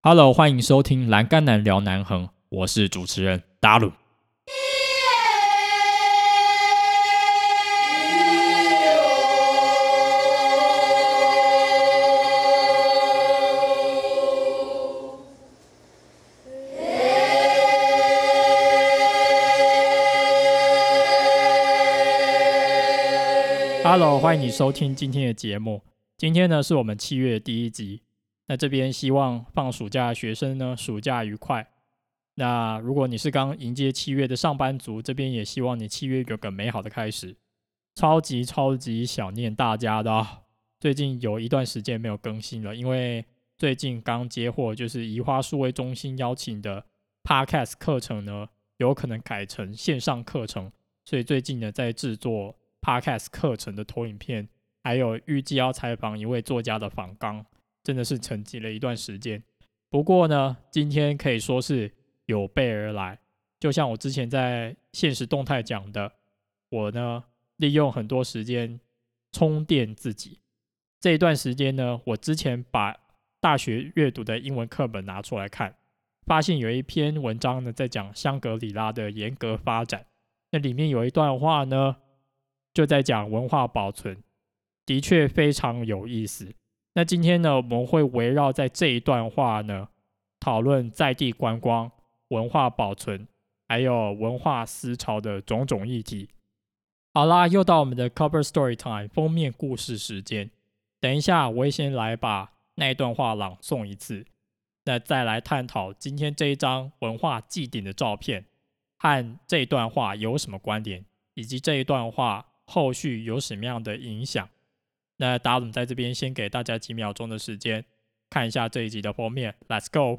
Hello，欢迎收听栏杆男聊南横，我是主持人达鲁。Hello，欢迎你收听今天的节目。今天呢是我们7月第一集。那这边希望放暑假的学生呢，暑假愉快。那如果你是刚迎接7月的上班族，这边也希望你7月有个美好的开始。超级想念大家的最近有一段时间没有更新了，因为最近刚接获就是宜花数位中心邀请的 Podcast 课程呢，有可能改成线上课程，所以最近呢在制作 Podcast 课程的投影片，还有预计要采访一位作家的访纲，真的是沉寂了一段时间。不过呢，今天可以说是有备而来，就像我之前在现实动态讲的，我呢利用很多时间充电自己。这一段时间呢，我之前把大学阅读的英文课本拿出来看，发现有一篇文章呢在讲香格里拉的严格发展，那里面有一段话呢就在讲文化保存，的确非常有意思。那今天呢，我们会围绕在这一段话呢，讨论在地观光、文化保存，还有文化思潮的种种议题。好啦，又到我们的 Cover Story Time 封面故事时间。等一下，我会先来把那一段话朗诵一次，那再来探讨今天这一张文化祭典的照片和这一段话有什么关联，以及这一段话后续有什么样的影响。那达鲁在这边先给大家几秒钟的时间，看一下这一集的封面。Let's go！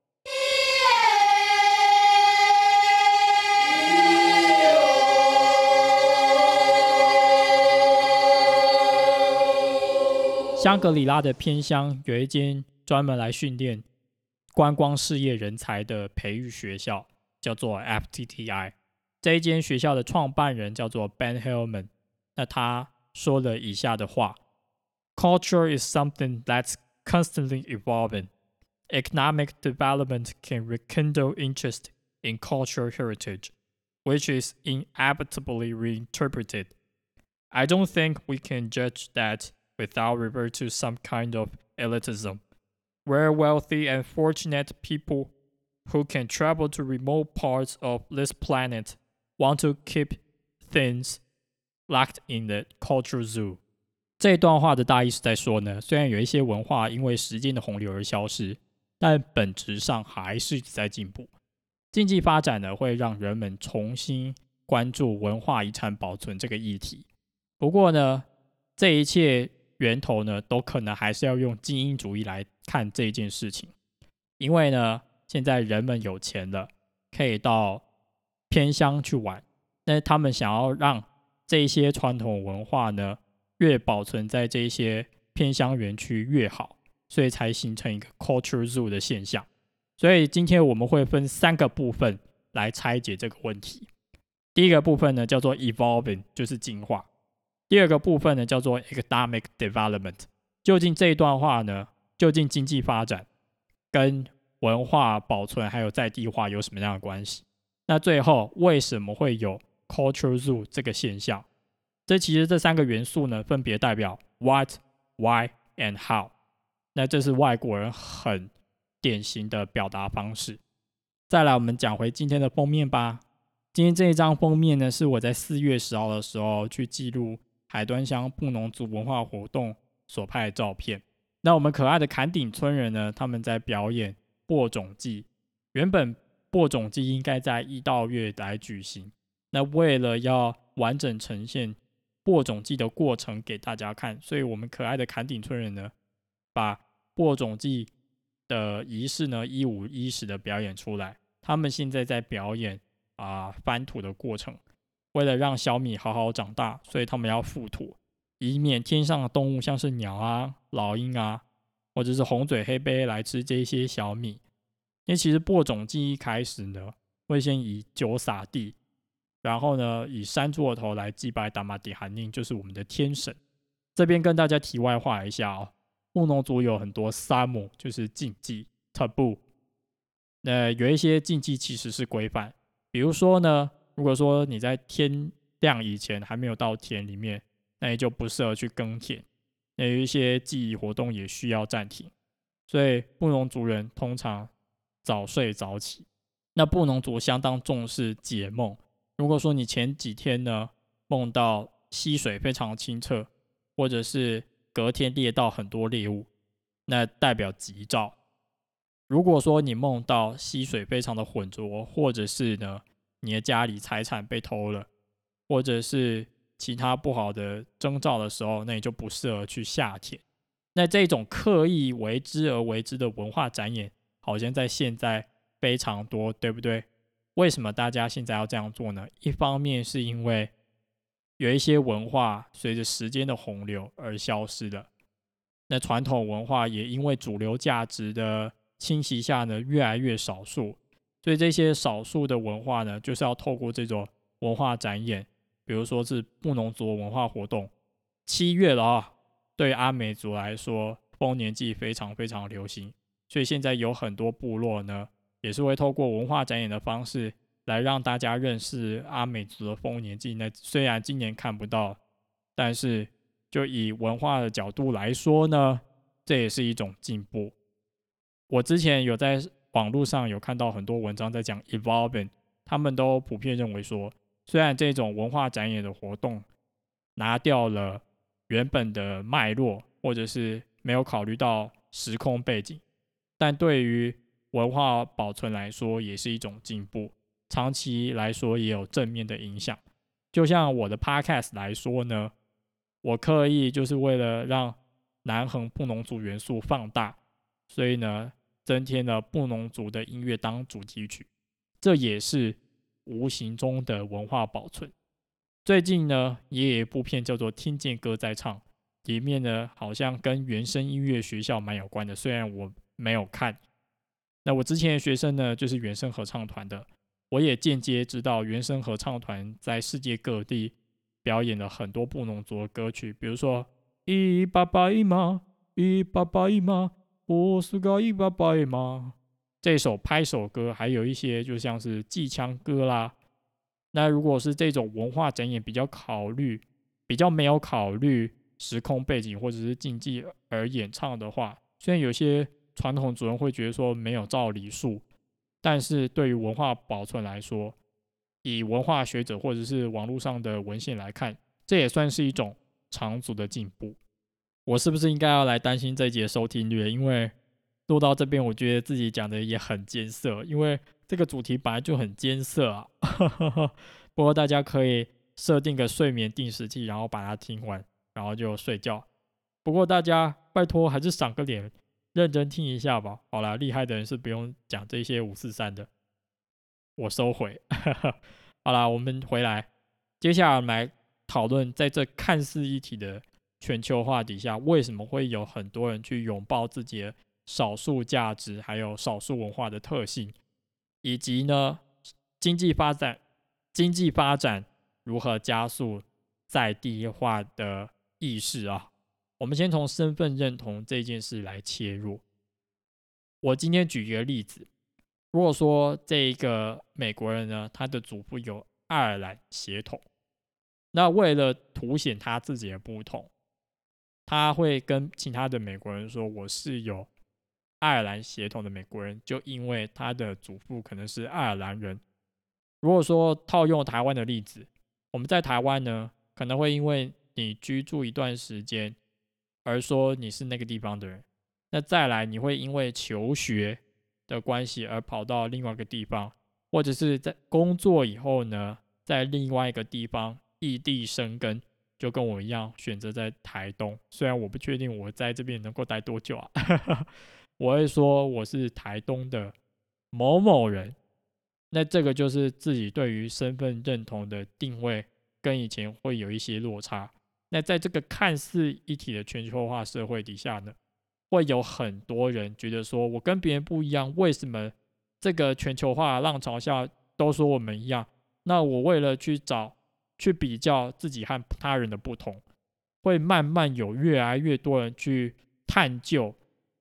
香格里拉的偏乡有一间专门来训练观光事业人才的培育学校，叫做 FTTI。这一间学校的创办人叫做 Ben Hillman。那他说了以下的话：Culture is something that's constantly evolving. Economic development can rekindle interest in cultural heritage, which is inevitably reinterpreted. I don't think we can judge that without revert to some kind of elitism, where wealthy and fortunate people who can travel to remote parts of this planet want to keep things locked in the cultural zoo. 这一段话的大意是在说呢，虽然有一些文化因为时间的洪流而消失，但本质上还是一直在进步。经济发展呢，会让人们重新关注文化遗产保存这个议题。不过呢，这一切源头呢，都可能还是要用精英主义来看这件事情。因为呢，现在人们有钱了，可以到偏乡去玩，但是他们想要让这些传统文化呢，越保存在这些偏乡园区越好，所以才形成一个 culture zoo 的现象。所以今天我们会分3个部分来拆解这个问题。第一个部分呢叫做 evolving， 就是进化。第二个部分呢叫做 economic development， 究竟这一段话呢，究竟经济发展跟文化保存还有在地化有什么样的关系？那最后为什么会有 culture zoo 这个现象？其实这3个元素呢，分别代表 what, why and how。那这是外国人很典型的表达方式。再来，我们讲回今天的封面吧。今天这一张封面呢，是我在4月10号的时候去记录海端乡布农族文化活动所拍的照片。那我们可爱的坎顶村人呢，他们在表演播种季。原本播种季应该在1到月来举行，那为了要完整呈现播种季的过程给大家看，所以我们可爱的坎顶村人呢，把播种季的仪式呢一五一十的表演出来。他们现在在表演翻土的过程，为了让小米好好长大，所以他们要覆土，以免天上的动物像是鸟啊、老鹰啊，或者是红嘴黑鳖来吃这些小米。因为其实播种季一开始呢，会先以酒撒地，然后呢以山猪的头来祭拜达玛迪罕宁，就是我们的天神。这边跟大家题外话一下布农族有很多萨姆，就是禁忌。 taboo。有一些禁忌其实是规范，比如说呢，如果说你在天亮以前还没有到田里面，那你就不适合去耕田。那有一些记忆活动也需要暂停，所以布农族人通常早睡早起。那布农族相当重视解梦，如果说你前几天呢梦到溪水非常清澈，或者是隔天猎到很多猎物，那代表吉兆。如果说你梦到溪水非常的浑浊，或者是呢你的家里财产被偷了，或者是其他不好的征兆的时候，那你就不适合去下田。那这种刻意为之而为之的文化展演，好像在现在非常多，对不对？为什么大家现在要这样做呢？一方面是因为有一些文化随着时间的洪流而消失了，那传统文化也因为主流价值的侵袭下呢，越来越少数。所以这些少数的文化呢，就是要透过这种文化展演，比如说是布农族文化活动。7月了啊，对阿美族来说，丰年祭非常非常流行，所以现在有很多部落呢，也是会透过文化展演的方式来让大家认识阿美族的丰年祭。那虽然今年看不到，但是就以文化的角度来说呢，这也是一种进步。我之前有在网络上有看到很多文章在讲 evolving， 他们都普遍认为说，虽然这种文化展演的活动拿掉了原本的脉络，或者是没有考虑到时空背景，但对于文化保存来说也是一种进步，长期来说也有正面的影响。就像我的 podcast 来说呢，我刻意就是为了让南横布农族元素放大，所以呢增添了布农族的音乐当主题曲，这也是无形中的文化保存。最近呢也有一部片叫做《听见歌在唱》，里面呢好像跟原声音乐学校蛮有关的，虽然我没有看。那我之前的学生呢就是原声合唱团的，我也间接知道原声合唱团在世界各地表演了很多布农族的歌曲，比如说一爸爸一妈，一爸爸一妈，我是个一爸爸一妈，这首拍手歌，还有一些就像是祭枪歌啦。那如果是这种文化展演比较没有考虑时空背景或者是禁忌而演唱的话，虽然有些传统族人会觉得说没有照礼数，但是对于文化保存来说，以文化学者或者是网络上的文献来看，这也算是一种长足的进步。我是不是应该要来担心这一节收听率？因为录到这边，我觉得自己讲的也很艰涩，因为这个主题本来就很艰涩啊。不过大家可以设定个睡眠定时器，然后把它听完，然后就睡觉。不过大家拜托还是赏个脸，认真听一下吧。好啦，厉害的人是不用讲这些543的，我收回。好啦，我们回来，接下来我们来讨论在这看似一体的全球化底下，为什么会有很多人去拥抱自己的少数价值，还有少数文化的特性，以及呢经济发展如何加速在地化的意识啊。我们先从身份认同这件事来切入。我今天举一个例子，如果说这一个美国人呢，他的祖父有爱尔兰血统，那为了凸显他自己的不同，他会跟其他的美国人说我是有爱尔兰血统的美国人，就因为他的祖父可能是爱尔兰人。如果说套用台湾的例子，我们在台湾呢，可能会因为你居住一段时间而说你是那个地方的人，那再来你会因为求学的关系而跑到另外一个地方，或者是在工作以后呢，在另外一个地方异地生根，就跟我一样选择在台东。虽然我不确定我在这边能够待多久啊，我会说我是台东的某某人。那这个就是自己对于身份认同的定位跟以前会有一些落差。那在这个看似一体的全球化社会底下呢，会有很多人觉得说我跟别人不一样，为什么这个全球化浪潮下都说我们一样？那我为了去比较自己和他人的不同，会慢慢有越来越多人去探究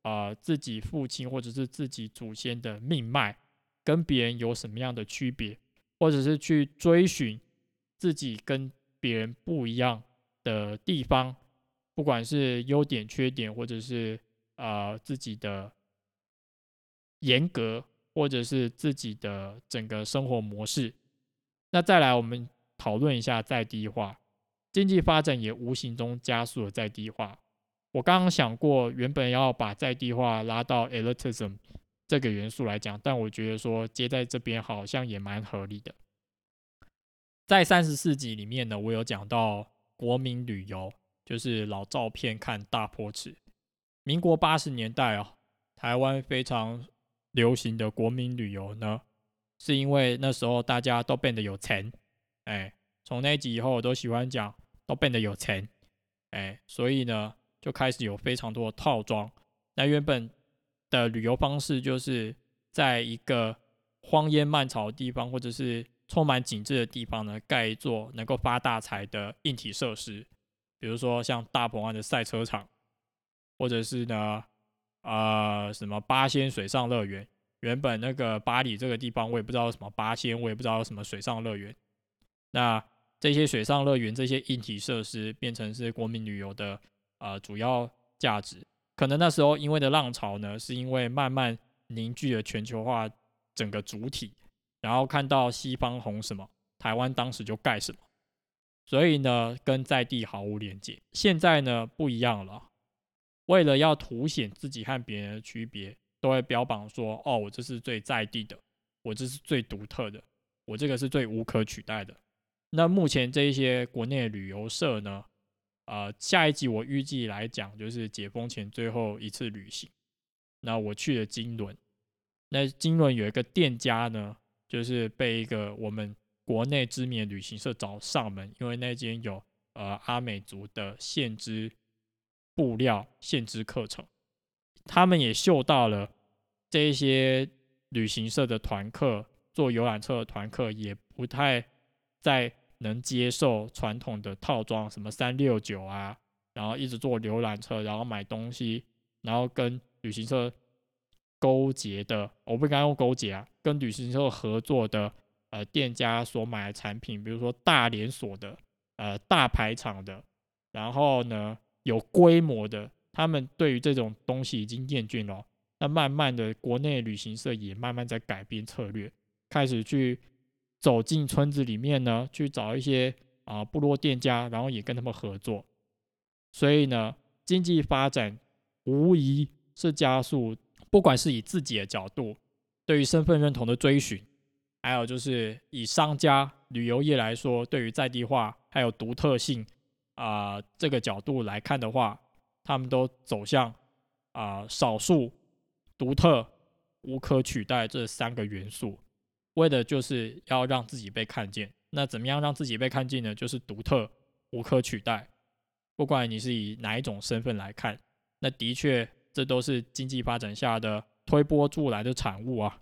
自己父亲或者是自己祖先的命脉跟别人有什么样的区别，或者是去追寻自己跟别人不一样的地方，不管是优点、缺点，或者是自己的严格，或者是自己的整个生活模式。那再来，我们讨论一下在地化，经济发展也无形中加速了在地化。我刚刚想过，原本要把在地化拉到 elitism 这个元素来讲，但我觉得说接在这边好像也蛮合理的。在34集里面呢，我有讲到国民旅游，就是老照片看大坡池。民国80年代台湾非常流行的国民旅游呢，是因为那时候大家都变得有钱，从那一集以后我都喜欢讲都变得有钱，所以呢就开始有非常多的套装。那原本的旅游方式就是在一个荒烟蔓草的地方，或者是充满景致的地方呢，盖一座能够发大财的硬体设施，比如说像大鹏湾的赛车场，或者是呢什么八仙水上乐园。原本那个巴黎这个地方我也不知道什么八仙，我也不知道什么水上乐园。那这些水上乐园这些硬体设施变成是国民旅游的主要价值。可能那时候因为的浪潮呢，是因为慢慢凝聚了全球化整个主体，然后看到西方红什么，台湾当时就盖什么，所以呢跟在地毫无连接。现在呢不一样了，为了要凸显自己和别人的区别，都会标榜说我这是最在地的，我这是最独特的，我这个是最无可取代的。那目前这一些国内旅游社呢，下一集我预计来讲就是解封前最后一次旅行。那我去了金轮，那金轮有一个店家呢，就是被一个我们国内知名的旅行社找上门，因为那间有阿美族的现织布料现织课程，他们也嗅到了这一些旅行社的团客坐游览车的团客也不太再能接受传统的套装，什么369啊，然后一直坐游览车，然后买东西，然后跟旅行社勾结的，我不该用勾结啊，跟旅行社合作的店家所买的产品，比如说大连锁的、大牌厂的，然后呢有规模的，他们对于这种东西已经厌倦了。那慢慢的，国内旅行社也慢慢在改变策略，开始去走进村子里面呢，去找一些部落店家，然后也跟他们合作。所以呢，经济发展无疑是加速，不管是以自己的角度对于身份认同的追寻，还有就是以商家旅游业来说，对于在地化还有独特性这个角度来看的话，他们都走向少数、独特、无可取代这3个元素，为的就是要让自己被看见。那怎么样让自己被看见呢？就是独特、无可取代。不管你是以哪一种身份来看，那的确这都是经济发展下的推波助澜的产物啊。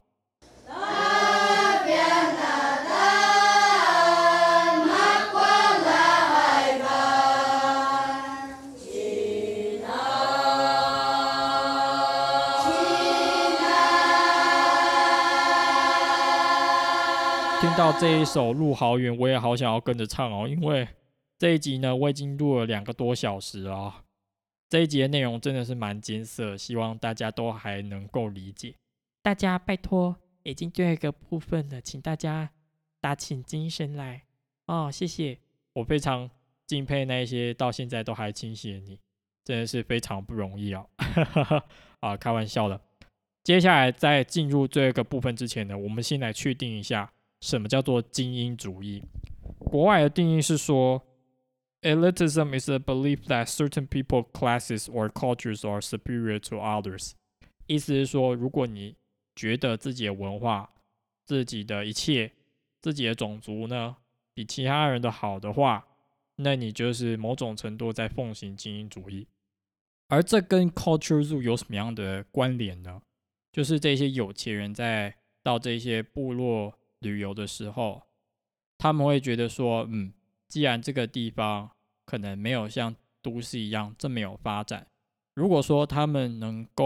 听到这一首《鹿好远》，我也好想要跟着唱哦，因为这一集呢，我已经录了2个多小时了这一集的内容真的是蛮艰涩，希望大家都还能够理解。大家拜托，已经最后一个部分了，请大家打起精神来谢谢。我非常敬佩那些到现在都还清醒的你，真的是非常不容易开玩笑的。接下来在进入最后一个部分之前呢，我们先来确定一下什么叫做精英主义。国外的定义是说，elitism is a belief that certain people, classes, or cultures are superior to others。意思是说，如果你觉得自己的文化、自己的一切、自己的种族呢，比其他人的好的话，那你就是某种程度在奉行精英主义。而这跟 culture zoo 有什么样的关联呢？就是这些有钱人在到这些部落旅游的时候，他们会觉得说，既然这个地方可能没有像都市一样这么有发展，如果说他们能够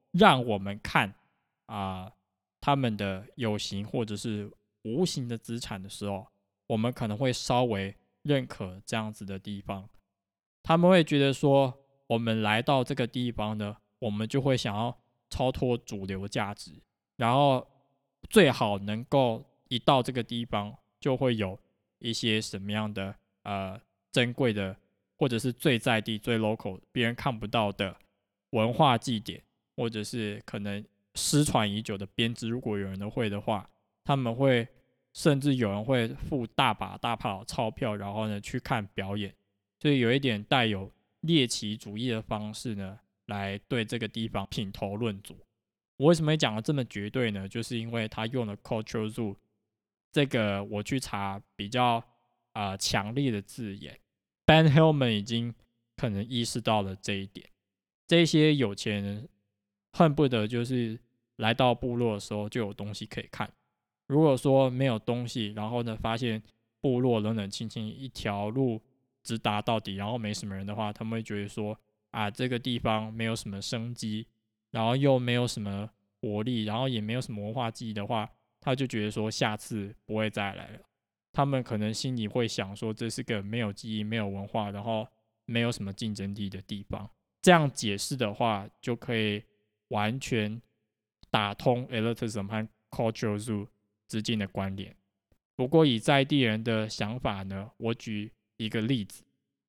让我们看他们的有形或者是无形的资产的时候，我们可能会稍微认可这样子的地方。他们会觉得说，我们来到这个地方呢，我们就会想要超脱主流价值，然后最好能够一到这个地方就会有一些什么样的珍贵的，或者是最在地最 local 别人看不到的文化祭典，或者是可能失传已久的编织，如果有人都会的话，他们会甚至有人会付大把大把钞票，然后呢去看表演，所以有一点带有猎奇主义的方式呢，来对这个地方品头论足。我为什么会讲的这么绝对呢？就是因为他用了 cultural zoo 这个我去查比较强烈的字眼 ，Ben Hillman 已经可能意识到了这一点。这些有钱人恨不得就是来到部落的时候就有东西可以看。如果说没有东西，然后呢发现部落冷冷清清一条路直达到底，然后没什么人的话，他们会觉得说这个地方没有什么生机，然后又没有什么活力，然后也没有什么文化记忆的话，他就觉得说下次不会再来了。他们可能心里会想说，这是个没有记忆、没有文化，然后没有什么竞争力的地方。这样解释的话，就可以完全打通 elitism 和 cultural zoo 之间的关联。不过以在地人的想法呢，我举一个例子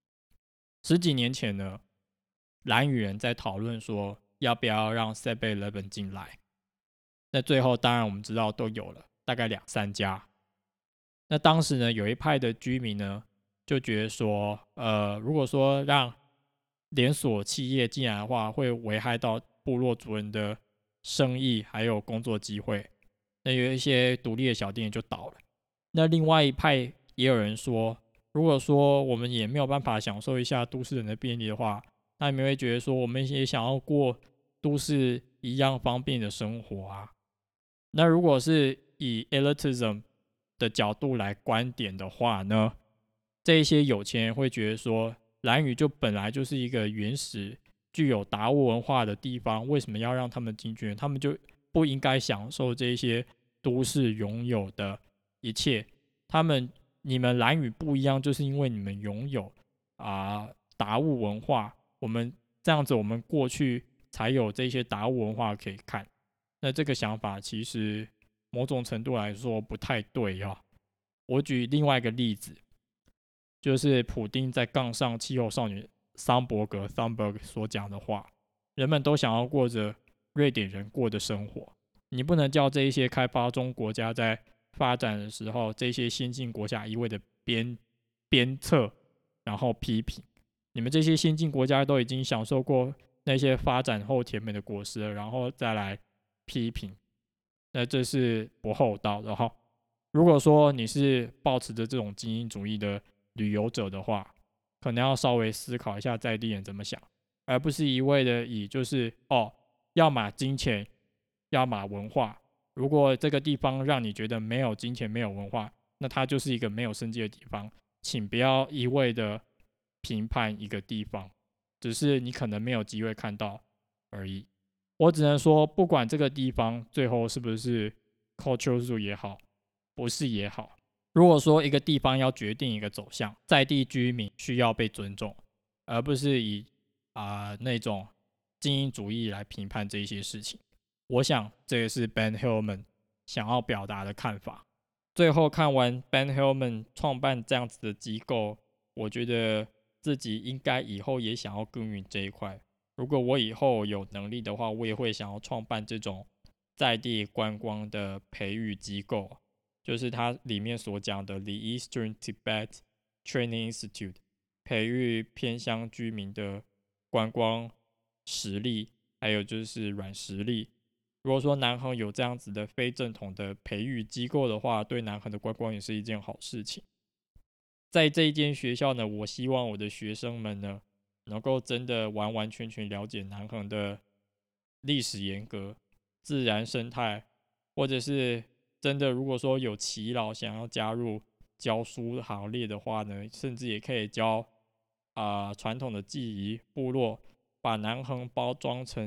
，10几年前呢，兰屿人在讨论说要不要让 7-Eleven 进来。那最后当然我们知道都有了，大概2-3家。那当时呢，有一派的居民呢，就觉得说，如果说让连锁企业进来的话，会危害到部落族人的生意还有工作机会。那有一些独立的小店就倒了。那另外一派也有人说，如果说我们也没有办法享受一下都市人的便利的话，那你们会觉得说，我们也想要过都市一样方便的生活啊。那如果是以 elitism 的角度来观点的话呢，这一些有钱人会觉得说，兰屿就本来就是一个原始具有达悟文化的地方，为什么要让他们进去？他们就不应该享受这些都市拥有的一切。你们兰屿不一样，就是因为你们拥有达悟文化，我们这样子，我们过去才有这些达悟文化可以看。那这个想法其实某种程度来说不太对啊。我举另外一个例子，就是普丁在杠上气候少女桑伯格 （Thunberg） 所讲的话：人们都想要过着瑞典人过的生活。你不能叫这一些开发中国家在发展的时候，这些先进国家一味的鞭策，然后批评。你们这些先进国家都已经享受过那些发展后甜美的果实了，然后再来批评，那这是不厚道的哈。如果说你是抱持着这种精英主义的旅游者的话，可能要稍微思考一下在地人怎么想，而不是一味的以就是要么金钱，要么文化。如果这个地方让你觉得没有金钱、没有文化，那它就是一个没有生机的地方。请不要一味的评判一个地方，只是你可能没有机会看到而已。我只能说，不管这个地方最后是不是 cultural zoo 也好，不是也好，如果说一个地方要决定一个走向，在地居民需要被尊重，而不是以那种精英主义来评判这些事情。我想这也是 Ben Hillman 想要表达的看法。最后看完 Ben Hillman 创办这样子的机构，我觉得自己应该以后也想要耕耘这一块。如果我以后有能力的话，我也会想要创办这种在地观光的培育机构，就是它里面所讲的 The Eastern Tibet Training Institute， 培育偏乡居民的观光实力，还有就是软实力。如果说南横有这样子的非正统的培育机构的话，对南横的观光也是一件好事情。在这一间学校呢，我希望我的学生们呢，能够真的完完全全了解南横的历史沿革、自然生态，或者是真的如果说有耆老想要加入教书行列的话呢，甚至也可以教传统的技艺部落，把南横包装成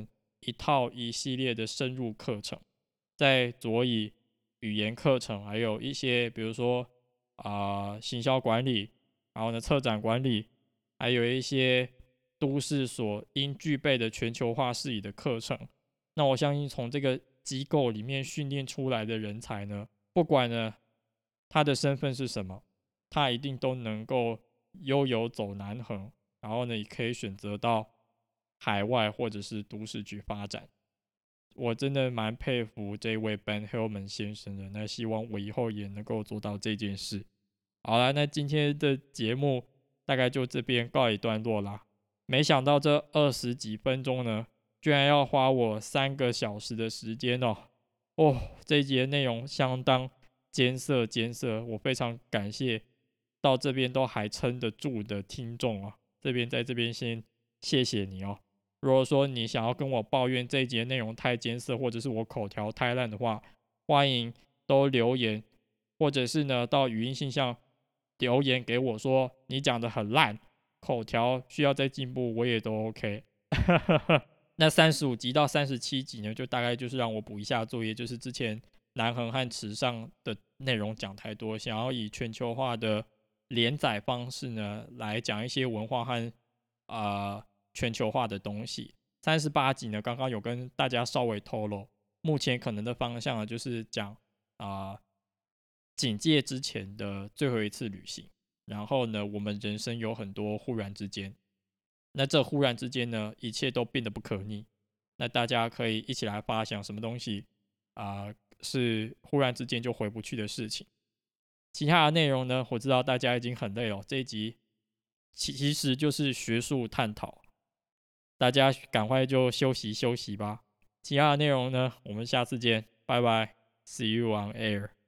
一系列的深入课程，在佐以语言课程，还有一些比如说行销管理，然后呢策展管理，还有一些都市所应具备的全球化事宜的课程。那我相信从这个机构里面训练出来的人才呢，不管呢他的身份是什么，他一定都能够悠游走南横，然后呢也可以选择到海外或者是都市去发展。我真的蛮佩服这位 Ben Hillman 先生的，那希望我以后也能够做到这件事。好啦，那今天的节目大概就这边告一段落啦。没想到这20几分钟呢，居然要花我3个小时的时间哦。这一集的内容相当艰涩，我非常感谢到这边都还撑得住的听众啊，在这边先谢谢你哦。如果说你想要跟我抱怨这一集的内容太艰涩，或者是我口条太烂的话，欢迎都留言，或者是呢到语音信箱留言给我说你讲的很烂，口条需要再进步，我也都 OK。那35集到37集呢，就大概就是让我补一下作业，就是之前南横和池上的内容讲太多，想要以全球化的连载方式呢来讲一些文化和全球化的东西。38集呢，刚刚有跟大家稍微透露，目前可能的方向呢，就是讲警戒之前的最后一次旅行。然后呢，我们人生有很多忽然之间，那这忽然之间呢，一切都变得不可逆。那大家可以一起来发想什么东西是忽然之间就回不去的事情。其他的内容呢，我知道大家已经很累了，这一集其实就是学术探讨，大家赶快就休息吧。其他的内容呢，我们下次见，拜拜 ，See you on air。